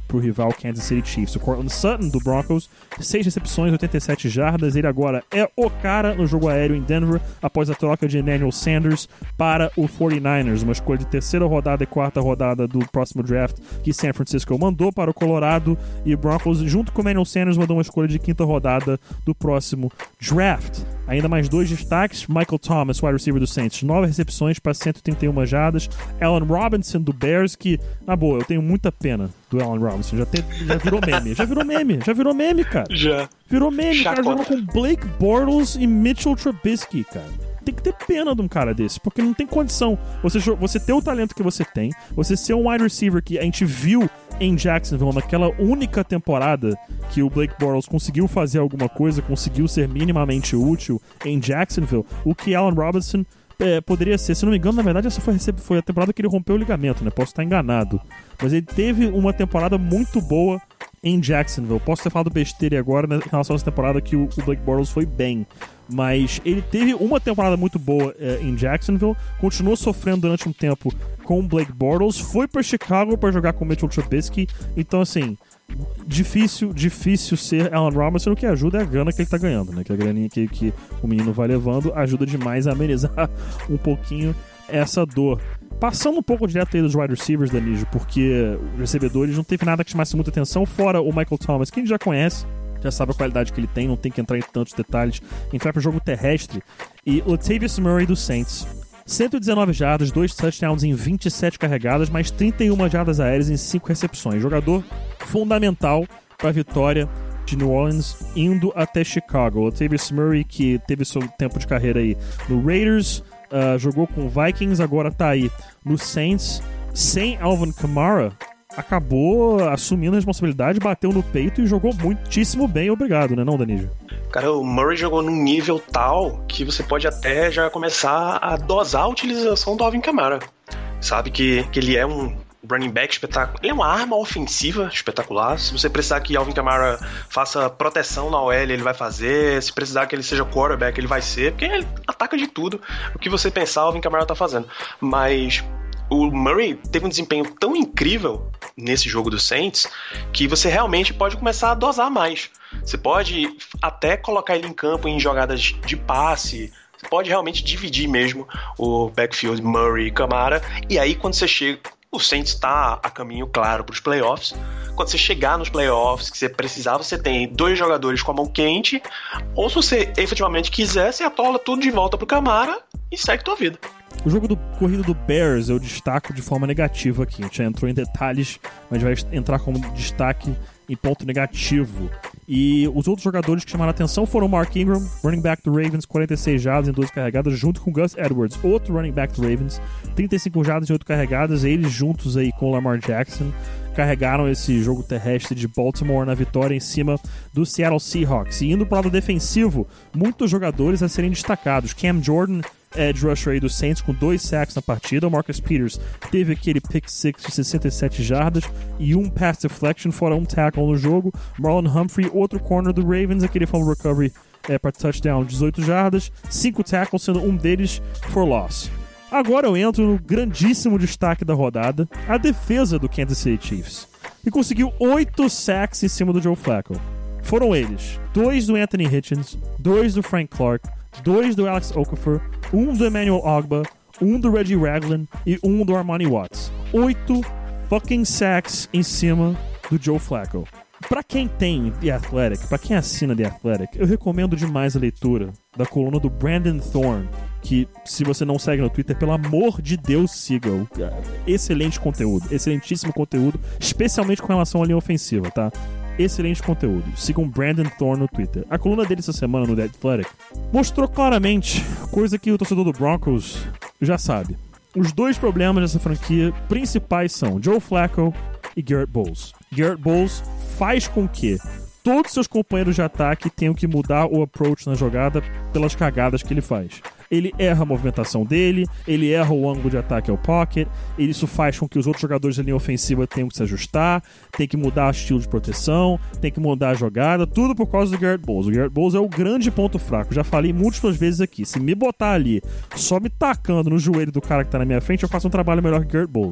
A: pro rival Kansas City Chiefs. O Courtland Sutton, do Broncos, 6 recepções, 87 jardas. Ele agora é o cara no jogo aéreo em Denver, após a troca de Emmanuel Sanders para o 49ers, uma escolha de terceira rodada e quarta rodada do próximo draft que San Francisco mandou para o Colorado, e o Broncos, junto com o Emmanuel Sanders, mandou uma escolha de quinta rodada do próximo draft. Ainda mais 2 destaques: Michael Thomas, wide receiver do Saints, 9 recepções para 131 jardas. Allen Robinson, do Bears, que, na boa, eu tenho muita pena do Allen Robinson. Já virou meme. Já virou meme, cara.
B: Já.
A: Virou meme. O cara jogou com Blake Bortles e Mitchell Trubisky, cara. Tem que ter pena de um cara desse, porque não tem condição. Você ter o talento que você tem, você ser um wide receiver que a gente viu em Jacksonville naquela única temporada que o Blake Bortles conseguiu fazer alguma coisa, conseguiu ser minimamente útil em Jacksonville, o que Allen Robinson poderia ser. Se não me engano, na verdade, essa foi a temporada que ele rompeu o ligamento, né? Posso estar enganado. Mas ele teve uma temporada muito boa em Jacksonville. Posso ter falado besteira agora em relação a essa temporada que o Blake Bortles foi bem. Mas ele teve uma temporada muito boa em Jacksonville, continuou sofrendo durante um tempo com o Blake Bortles, foi para Chicago para jogar com o Mitchell Trubisky. Então, assim, difícil ser Allen Robinson. O que ajuda é a grana que ele tá ganhando, né? Que a graninha que o menino vai levando ajuda demais a amenizar um pouquinho essa dor. Passando um pouco direto aí dos wide receivers, Danígio, porque os recebedores não teve nada que chamasse muita atenção, fora o Michael Thomas, que a gente já conhece, já sabe a qualidade que ele tem, não tem que entrar em tantos detalhes. A gente vai pro jogo terrestre. E Latavius Murray do Saints, 119 jardas, 2 touchdowns em 27 carregadas, mais 31 jardas aéreas em 5 recepções. Jogador fundamental para a vitória de New Orleans indo até Chicago. Latavius Murray, que teve seu tempo de carreira aí no Raiders, jogou com o Vikings, agora tá aí no Saints. Sem Alvin Kamara, acabou assumindo a responsabilidade, bateu no peito e jogou muitíssimo bem, obrigado, né não, Danígio?
B: Cara, o Murray jogou num nível tal que você pode até já começar a dosar a utilização do Alvin Kamara. Sabe que ele é um running back espetacular, ele é uma arma ofensiva espetacular. Se você precisar que Alvin Kamara faça proteção na OL, ele vai fazer. Se precisar que ele seja quarterback, ele vai ser, porque ele ataca de tudo. O que você pensar, Alvin Kamara tá fazendo. Mas o Murray teve um desempenho tão incrível nesse jogo do Saints que você realmente pode começar a dosar mais. Você pode até colocar ele em campo em jogadas de passe. Você pode realmente dividir mesmo o backfield Murray e Kamara. E aí quando você chega, o Saints está a caminho claro para os playoffs. Quando você chegar nos playoffs, que você precisar, você tem 2 jogadores com a mão quente. Ou se você efetivamente quiser, você atola tudo de volta pro Kamara e segue tua vida.
A: O jogo do corrido do Bears eu destaco de forma negativa aqui. A gente já entrou em detalhes, mas vai entrar como destaque em ponto negativo. E os outros jogadores que chamaram a atenção foram o Mark Ingram, running back do Ravens, 46 jardas em 12 carregadas, junto com o Gus Edwards, outro running back do Ravens, 35 jardas em 8 carregadas. Eles juntos aí com o Lamar Jackson carregaram esse jogo terrestre de Baltimore na vitória em cima do Seattle Seahawks. E indo para o lado defensivo, muitos jogadores a serem destacados. Cam Jordan, edge rusher aí do Saints, com 2 sacks na partida. O Marcus Peters teve aquele pick six de 67 jardas e 1 pass deflection, fora 1 tackle no jogo. Marlon Humphrey, outro corner do Ravens, aquele fumble recovery para touchdown, 18 jardas, 5 tackles, sendo um deles for loss. Agora eu entro no grandíssimo destaque da rodada, a defesa do Kansas City Chiefs, que conseguiu 8 sacks em cima do Joe Flacco. Foram eles: 2 do Anthony Hitchens, 2 do Frank Clark, 2 do Alex Okafor, 1 do Emmanuel Ogbah, 1 do Reggie Ragland e 1 do Armani Watts. 8 fucking sacks em cima do Joe Flacco. Pra quem tem The Athletic, pra quem assina The Athletic, eu recomendo demais a leitura da coluna do Brandon Thorne, que, se você não segue no Twitter, pelo amor de Deus, siga-o. Excelente conteúdo, excelentíssimo conteúdo, especialmente com relação à linha ofensiva, tá? Excelente conteúdo. Sigam Brandon Thorne no Twitter. A coluna dele essa semana no The Athletic mostrou claramente coisa que o torcedor do Broncos já sabe. Os 2 problemas dessa franquia principais são Joe Flacco e Garrett Bowles. Garrett Bowles faz com que todos seus companheiros de ataque tenham que mudar o approach na jogada pelas cagadas que ele faz. Ele erra a movimentação dele, ele erra o ângulo de ataque ao pocket, isso faz com que os outros jogadores da linha ofensiva tenham que se ajustar, tem que mudar o estilo de proteção, tem que mudar a jogada, tudo por causa do Garrett Bowles. O Garrett Bowles é o grande ponto fraco, já falei múltiplas vezes aqui. Se me botar ali, só me tacando no joelho do cara que tá na minha frente, eu faço um trabalho melhor que o Garrett Bowles.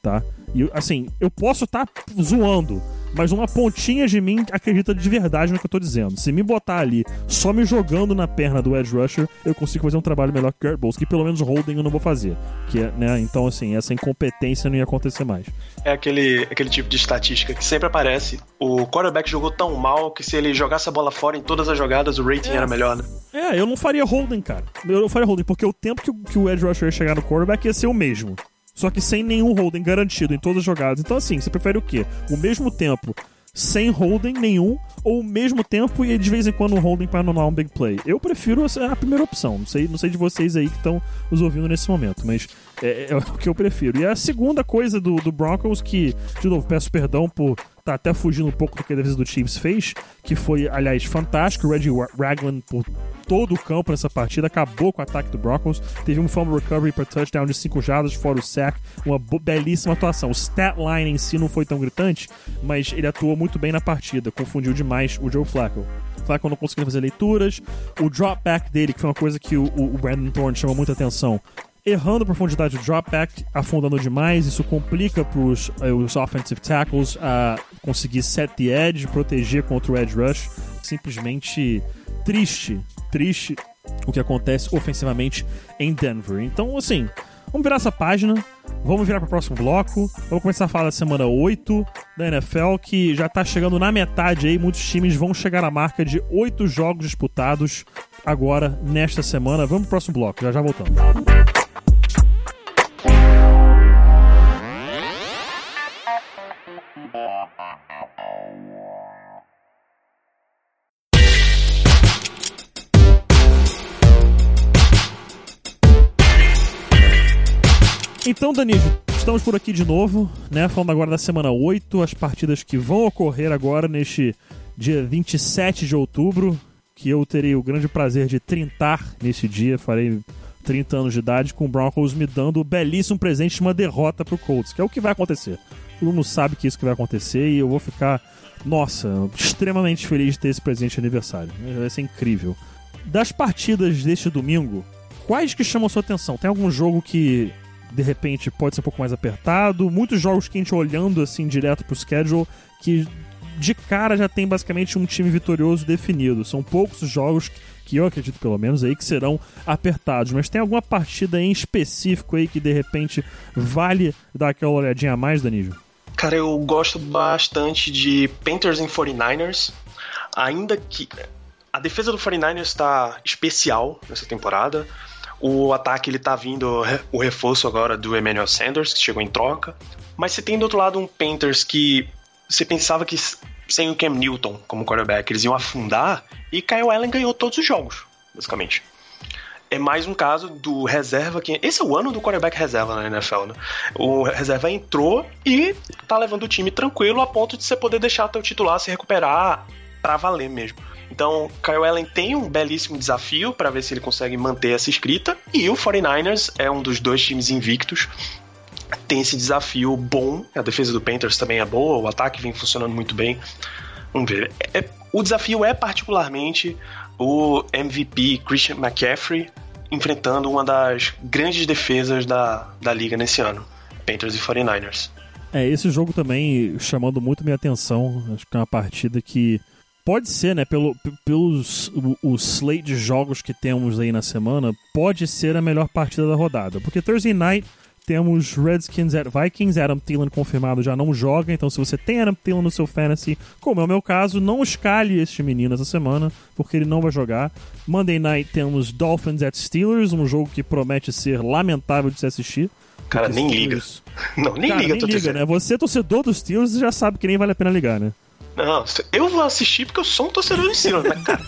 A: tá? E, assim, eu posso estar zoando, mas uma pontinha de mim acredita de verdade no que eu tô dizendo. Se me botar ali só me jogando na perna do edge rusher, eu consigo fazer um trabalho melhor que o Garrett Bowles, que pelo menos holding eu não vou fazer. Que é, né? Então, assim, essa incompetência não ia acontecer mais.
B: É aquele tipo de estatística que sempre aparece. O quarterback jogou tão mal que se ele jogasse a bola fora em todas as jogadas, o rating era melhor, né?
A: Eu não faria holding, cara. Eu não faria holding, porque o tempo que o edge rusher ia chegar no quarterback ia ser o mesmo. Só que sem nenhum holding garantido em todas as jogadas. Então, assim, você prefere o quê? O mesmo tempo sem holding nenhum, ou o mesmo tempo e de vez em quando um holding para anular um big play? Eu prefiro a primeira opção. Não sei de vocês aí que estão nos ouvindo nesse momento, mas é o que eu prefiro. E a segunda coisa do Broncos, que, de novo, peço perdão por tá até fugindo um pouco do que a defesa do Chiefs fez, que foi, aliás, fantástico. O Reggie Ragland por todo o campo nessa partida, acabou com o ataque do Broncos, teve um fumble recovery para touchdown de 5 jardas, fora o sack, uma belíssima atuação. O stat line em si não foi tão gritante, mas ele atuou muito bem na partida, confundiu demais o Joe Flacco. Flacco não conseguiu fazer leituras, o drop back dele, que foi uma coisa que o Brandon Thorne chamou muita atenção, errando a profundidade do drop back, afundando demais, isso complica para os offensive tackles a conseguir set the edge, proteger contra o edge rush. Simplesmente triste o que acontece ofensivamente em Denver. Então, assim, vamos virar essa página, vamos virar para o próximo bloco, vamos começar a falar da semana 8 da NFL, que já está chegando na metade aí, muitos times vão chegar à marca de 8 jogos disputados agora, nesta semana. Vamos pro próximo bloco, já voltamos. Então, Danilo, estamos por aqui de novo, né? Falando agora da semana 8, as partidas que vão ocorrer agora neste dia 27 de outubro, que eu terei o grande prazer de trintar nesse dia, farei 30 anos de idade, com o Broncos me dando o belíssimo presente de uma derrota pro Colts, que é o que vai acontecer. Todo mundo sabe que isso que vai acontecer e eu vou ficar, nossa, extremamente feliz de ter esse presente de aniversário. Vai ser incrível. Das partidas deste domingo, quais que chamam a sua atenção? Tem algum jogo que de repente pode ser um pouco mais apertado? Muitos jogos que a gente olhando assim direto pro schedule, que de cara já tem basicamente um time vitorioso definido. São poucos os jogos que eu acredito pelo menos aí que serão apertados, mas tem alguma partida em específico aí que de repente vale dar aquela olhadinha a mais, Danilo?
B: Cara, eu gosto bastante de Panthers e 49ers, ainda que a defesa do 49ers está especial nessa temporada. O ataque, ele tá vindo, o reforço agora do Emmanuel Sanders, que chegou em troca. Mas você tem do outro lado um Panthers que você pensava que sem o Cam Newton como quarterback eles iam afundar, e Kyle Allen ganhou todos os jogos, basicamente. É mais um caso do reserva, que esse é o ano do quarterback reserva na NFL, né? O reserva entrou e tá levando o time tranquilo a ponto de você poder deixar teu titular se recuperar pra valer mesmo. Então, Kyle Allen tem um belíssimo desafio para ver se ele consegue manter essa escrita, e o 49ers é um dos dois times invictos, tem esse desafio bom. A defesa do Panthers também é boa, o ataque vem funcionando muito bem. Vamos ver. O desafio é particularmente o MVP Christian McCaffrey enfrentando uma das grandes defesas da liga nesse ano, Panthers e 49ers.
A: Esse jogo também chamando muito minha atenção. Acho que é uma partida que pode ser, né, o slate de jogos que temos aí na semana, pode ser a melhor partida da rodada. Porque Thursday Night temos Redskins at Vikings, Adam Thielen confirmado já não joga, então se você tem Adam Thielen no seu fantasy, como é o meu caso, não escalhe este menino essa semana, porque ele não vai jogar. Monday Night temos Dolphins at Steelers, um jogo que promete ser lamentável de se assistir.
B: Cara, nem
A: Steelers...
B: liga. Não, nem liga,
A: nem liga, né? Você, torcedor dos Steelers, já sabe que nem vale a pena ligar, né?
B: Não, eu vou assistir porque eu sou um torcedor de Steelers, mas, cara,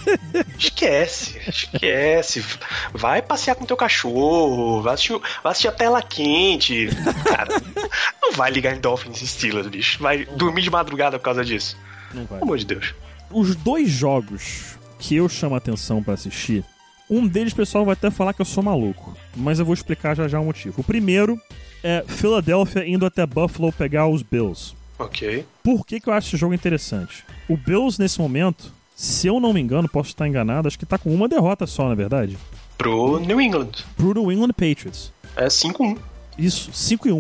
B: esquece. Vai passear com teu cachorro, vai assistir a tela quente. Cara, não vai ligar em Dolphins e Steelers, bicho. Vai dormir de madrugada por causa disso.
A: Não vai.
B: Pelo amor de Deus.
A: Os dois jogos que eu chamo a atenção pra assistir, um deles, pessoal, vai até falar que eu sou maluco, mas eu vou explicar já o motivo. O primeiro é Philadelphia indo até Buffalo pegar os Bills.
B: Ok.
A: Por que eu acho esse jogo interessante? O Bills, nesse momento, se eu não me engano, posso estar enganado, acho que tá com uma derrota só, na verdade.
B: Pro New England.
A: Pro New England Patriots.
B: É 5-1.
A: Isso, 5-1.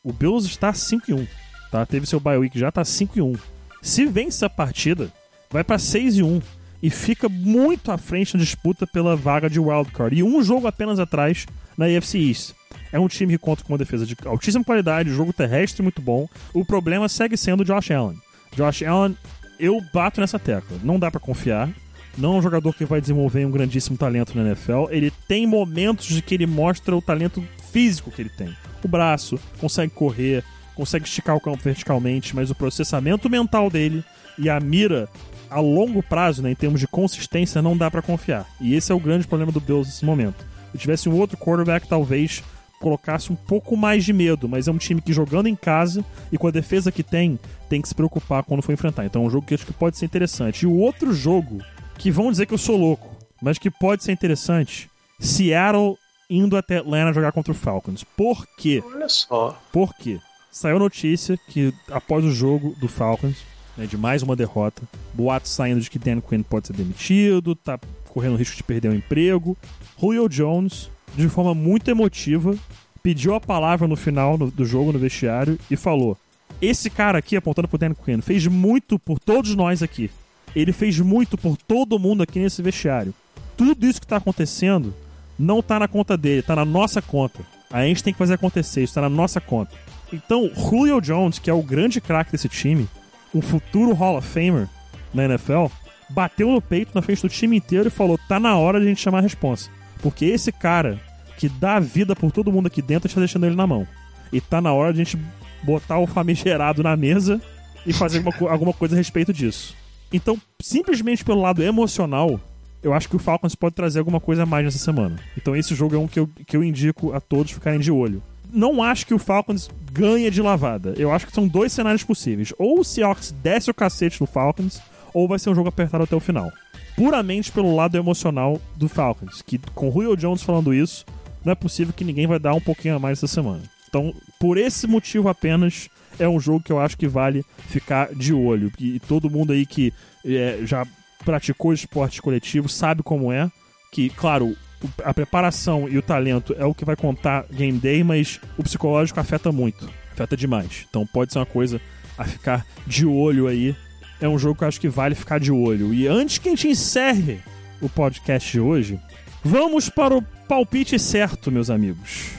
A: O Bills está 5-1, tá? Teve seu bye week, já tá 5-1. Se vence a partida, vai pra 6-1 e fica muito à frente na disputa pela vaga de wildcard. E um jogo apenas atrás na AFC East. É um time que conta com uma defesa de altíssima qualidade, jogo terrestre muito bom. O problema segue sendo o Josh Allen. Josh Allen, eu bato nessa tecla. Não dá pra confiar. Não é um jogador que vai desenvolver um grandíssimo talento na NFL. Ele tem momentos de que ele mostra o talento físico que ele tem. O braço, consegue correr, consegue esticar o campo verticalmente, mas o processamento mental dele e a mira a longo prazo, né, em termos de consistência, não dá pra confiar. E esse é o grande problema do Bills nesse momento. Se tivesse um outro quarterback, talvez colocasse um pouco mais de medo, mas é um time que, jogando em casa e com a defesa que tem que se preocupar quando for enfrentar. Então é um jogo que acho que pode ser interessante. E o outro jogo, que vão dizer que eu sou louco, mas que pode ser interessante, Seattle indo até Atlanta jogar contra o Falcons. Por quê?
B: Olha só.
A: Por quê? Saiu notícia que após o jogo do Falcons, né, de mais uma derrota, boatos saindo de que Dan Quinn pode ser demitido, tá correndo o risco de perder o emprego. Julio Jones, de forma muito emotiva, pediu a palavra no final do jogo, no vestiário, e falou: esse cara aqui, apontando pro Dan Quinn, fez muito por todos nós aqui. Ele fez muito por todo mundo aqui nesse vestiário. Tudo isso que tá acontecendo não tá na conta dele, tá na nossa conta. A gente tem que fazer acontecer, isso tá na nossa conta. Então, Julio Jones, que é o grande craque desse time, um futuro Hall of Famer na NFL, bateu no peito na frente do time inteiro e falou: tá na hora de a gente chamar a responsa. Porque esse cara que dá a vida por todo mundo aqui dentro está deixando ele na mão. E tá na hora de a gente botar o famigerado na mesa e fazer alguma coisa a respeito disso. Então, simplesmente pelo lado emocional, eu acho que o Falcons pode trazer alguma coisa a mais nessa semana. Então esse jogo é um que eu indico a todos ficarem de olho. Não acho que o Falcons ganhe de lavada. Eu acho que são dois cenários possíveis. Ou o Seahawks desce o cacete no Falcons, ou vai ser um jogo apertado até o final. Puramente pelo lado emocional do Falcons, que com o Julio Jones falando isso, não é possível que ninguém vai dar um pouquinho a mais essa semana. Então, por esse motivo apenas, é um jogo que eu acho que vale ficar de olho. E todo mundo aí que já praticou esporte coletivo sabe como é, que, claro, a preparação e o talento é o que vai contar game day, mas o psicológico afeta muito, afeta demais. Então pode ser uma coisa a ficar de olho aí. É um jogo que eu acho que vale ficar de olho. E antes que a gente encerre o podcast de hoje, vamos para o palpite certo, meus amigos.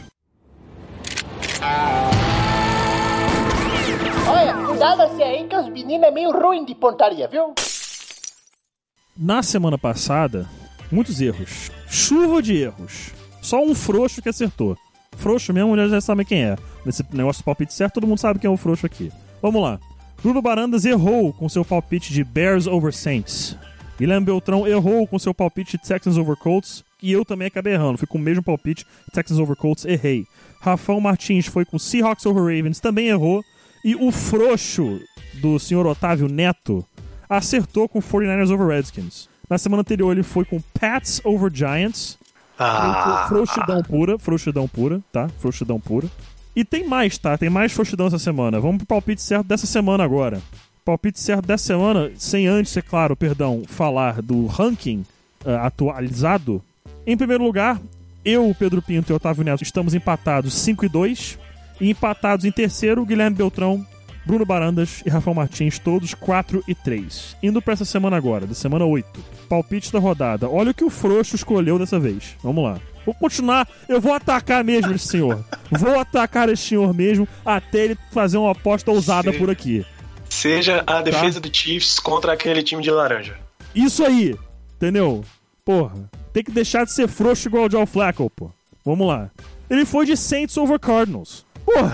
D: Olha, cuidado-se aí que os meninos é meio ruim de pontaria, viu?
A: Na semana passada, muitos erros. Chuva de erros. Só um frouxo que acertou. Frouxo mesmo, já sabem quem é. Nesse negócio do palpite certo, todo mundo sabe quem é o frouxo aqui. Vamos lá. Bruno Barandas errou com seu palpite de Bears over Saints. Guilherme Beltrão errou com seu palpite de Texans over Colts. E eu também acabei errando. Fui com o mesmo palpite, Texans over Colts, errei. Rafão Martins foi com Seahawks over Ravens, também errou. E o frouxo do senhor Otávio Neto acertou com 49ers over Redskins. Na semana anterior ele foi com Pats over Giants. Frouxidão pura, tá? Frouxidão pura. E tem mais, tá? Tem mais frouxidão essa semana. Vamos pro palpite certo dessa semana agora. Palpite certo dessa semana, sem antes, é claro, falar do ranking atualizado. Em primeiro lugar, eu, Pedro Pinto e Otávio Neto estamos empatados 5-2. E empatados em terceiro, Guilherme Beltrão, Bruno Barandas e Rafael Martins, todos 4-3. Indo pra essa semana agora, da semana 8. Palpite da rodada. Olha o que o frouxo escolheu dessa vez. Vamos lá. Vou continuar, eu vou atacar mesmo esse senhor. Vou atacar esse senhor mesmo até ele fazer uma aposta ousada por aqui.
B: Seja a defesa do Chiefs contra aquele time de laranja.
A: Isso aí, entendeu? Porra, tem que deixar de ser frouxo igual o Joe Flacco, pô. Vamos lá. Ele foi de Saints over Cardinals. Porra.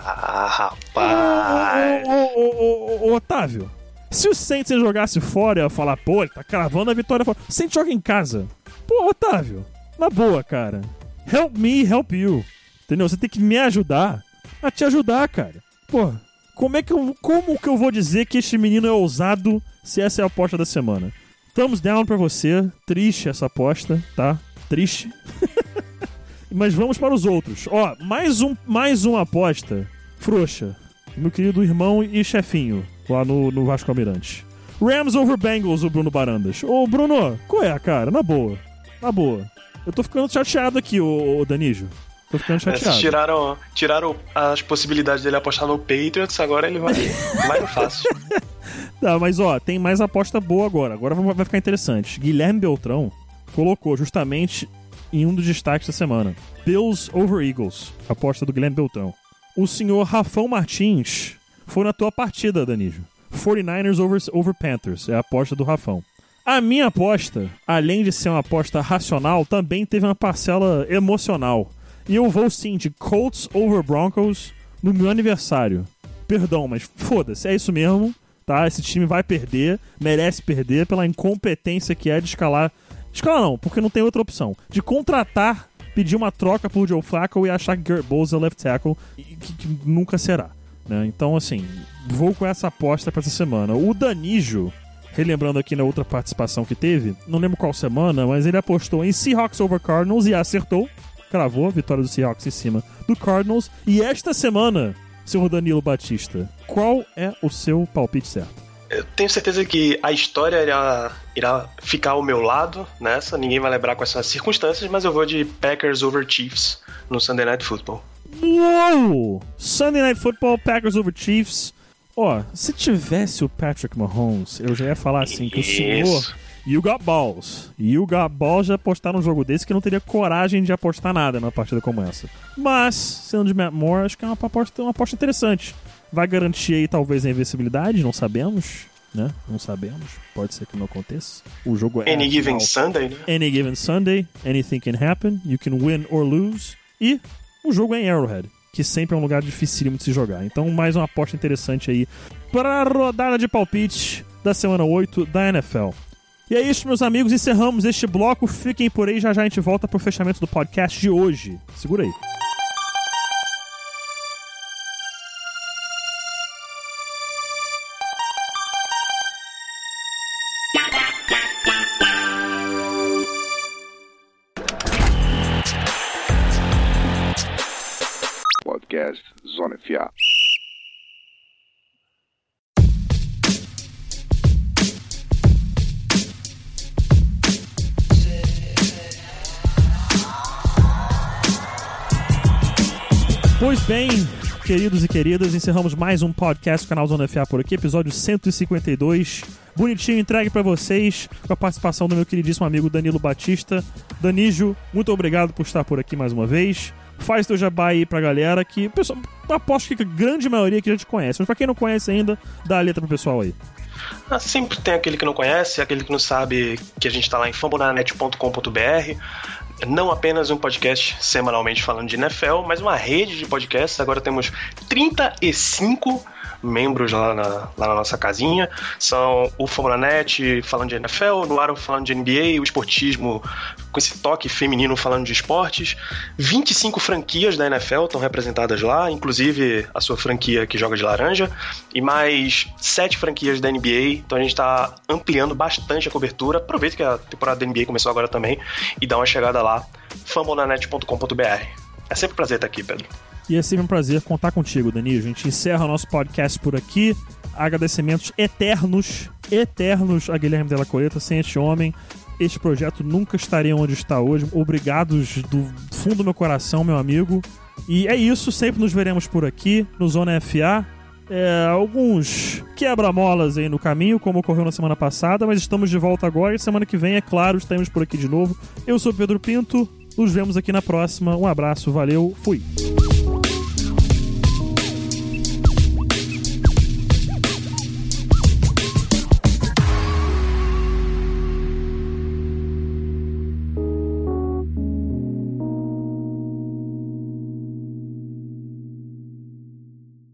B: Rapaz.
A: Ô, Otávio, se o Saints jogasse fora, eu ia falar, pô, ele tá cravando a vitória fora. O Saints joga em casa. Pô, Otávio, na boa, cara. Help me, help you. Entendeu? Você tem que me ajudar a te ajudar, cara. Pô, como que eu vou dizer que este menino é ousado se essa é a aposta da semana? Thumbs down pra você. Triste essa aposta, tá? Triste. Mas vamos para os outros. Ó, mais uma aposta frouxa. Meu querido irmão e chefinho lá no Vasco Almirante. Rams over Bengals, o Bruno Barandas. Ô, Bruno, qual é, cara? Na boa. Eu tô ficando chateado aqui, ô Danígio. Tô ficando chateado.
B: Tiraram as possibilidades dele apostar no Patriots, agora ele vai no fácil.
A: Tá, mas ó, tem mais aposta boa agora. Agora vai ficar interessante. Guilherme Beltrão colocou justamente em um dos destaques da semana: Bills over Eagles, aposta do Guilherme Beltrão. O senhor Rafão Martins foi na tua partida, Danijo. 49ers over Panthers, é a aposta do Rafão. A minha aposta, além de ser uma aposta racional, também teve uma parcela emocional. E eu vou sim de Colts over Broncos no meu aniversário. Perdão, mas foda-se, é isso mesmo, tá? Esse time vai perder, merece perder pela incompetência que é de escalar... Escalar não, porque não tem outra opção. De contratar, pedir uma troca por Joe Flacco e achar que Garrett Bowles é left tackle, que nunca será, né? Então, assim, vou com essa aposta pra essa semana. O Danijo, relembrando aqui na outra participação que teve, não lembro qual semana, mas ele apostou em Seahawks over Cardinals e acertou. Cravou a vitória do Seahawks em cima do Cardinals. E esta semana, senhor Danilo Batista, qual é o seu palpite certo?
B: Eu tenho certeza que a história irá ficar ao meu lado nessa. Ninguém vai lembrar quais são as circunstâncias, mas eu vou de Packers over Chiefs no Sunday Night Football.
A: Uou! Sunday Night Football, Packers over Chiefs. Ó, se tivesse o Patrick Mahomes, eu já ia falar assim, que o senhor... You got balls. You got balls de apostar num jogo desse que não teria coragem de apostar nada numa partida como essa. Mas, sendo de Matt Moore, acho que é uma aposta interessante. Vai garantir aí talvez a invencibilidade, não sabemos, né? Não sabemos. Pode ser que não aconteça. O jogo é...
B: Any given Sunday, né?
A: Any given Sunday. Anything can happen. You can win or lose. E o jogo é em Arrowhead, que sempre é um lugar dificílimo de se jogar. Então, mais uma aposta interessante aí para a rodada de palpite da semana 8 da NFL. E é isso, meus amigos, encerramos este bloco. Fiquem por aí, já a gente volta pro fechamento do podcast de hoje. Segura aí.
C: Podcast Zona FA.
A: Pois bem, queridos e queridas, encerramos mais um podcast do canal Zona FA por aqui, episódio 152, bonitinho, entregue pra vocês, com a participação do meu queridíssimo amigo Danilo Batista. Danijo, muito obrigado por estar por aqui mais uma vez. Faz teu jabá aí pra galera, que pessoal, aposto que a grande maioria que já te conhece, mas pra quem não conhece ainda, dá a letra pro pessoal aí.
B: Sempre tem aquele que não conhece, aquele que não sabe que a gente tá lá em fambonanet.com.br. Não apenas um podcast semanalmente falando de NFL, mas uma rede de podcasts. Agora temos 35 membros lá na nossa casinha. São o Fambonanet falando de NFL, no Aro falando de NBA, o Esportismo com esse toque feminino falando de esportes. 25 franquias da NFL estão representadas lá, inclusive a sua franquia que joga de laranja, e mais 7 franquias da NBA. Então a gente está ampliando bastante a cobertura. Aproveita que a temporada da NBA começou agora também e dá uma chegada lá, fambonanet.com.br. É sempre um prazer estar aqui, Pedro.
A: E é sempre um prazer contar contigo, Danilo. A gente encerra o nosso podcast por aqui. Agradecimentos eternos a Guilherme Della Coleta. Sem este homem, este projeto nunca estaria onde está hoje. Obrigados do fundo do meu coração, meu amigo. E é isso, sempre nos veremos por aqui, no Zona FA. Alguns quebra-molas aí no caminho, como ocorreu na semana passada, mas estamos de volta agora e semana que vem, é claro, estaremos por aqui de novo. Eu sou Pedro Pinto, nos vemos aqui na próxima. Um abraço, valeu, fui!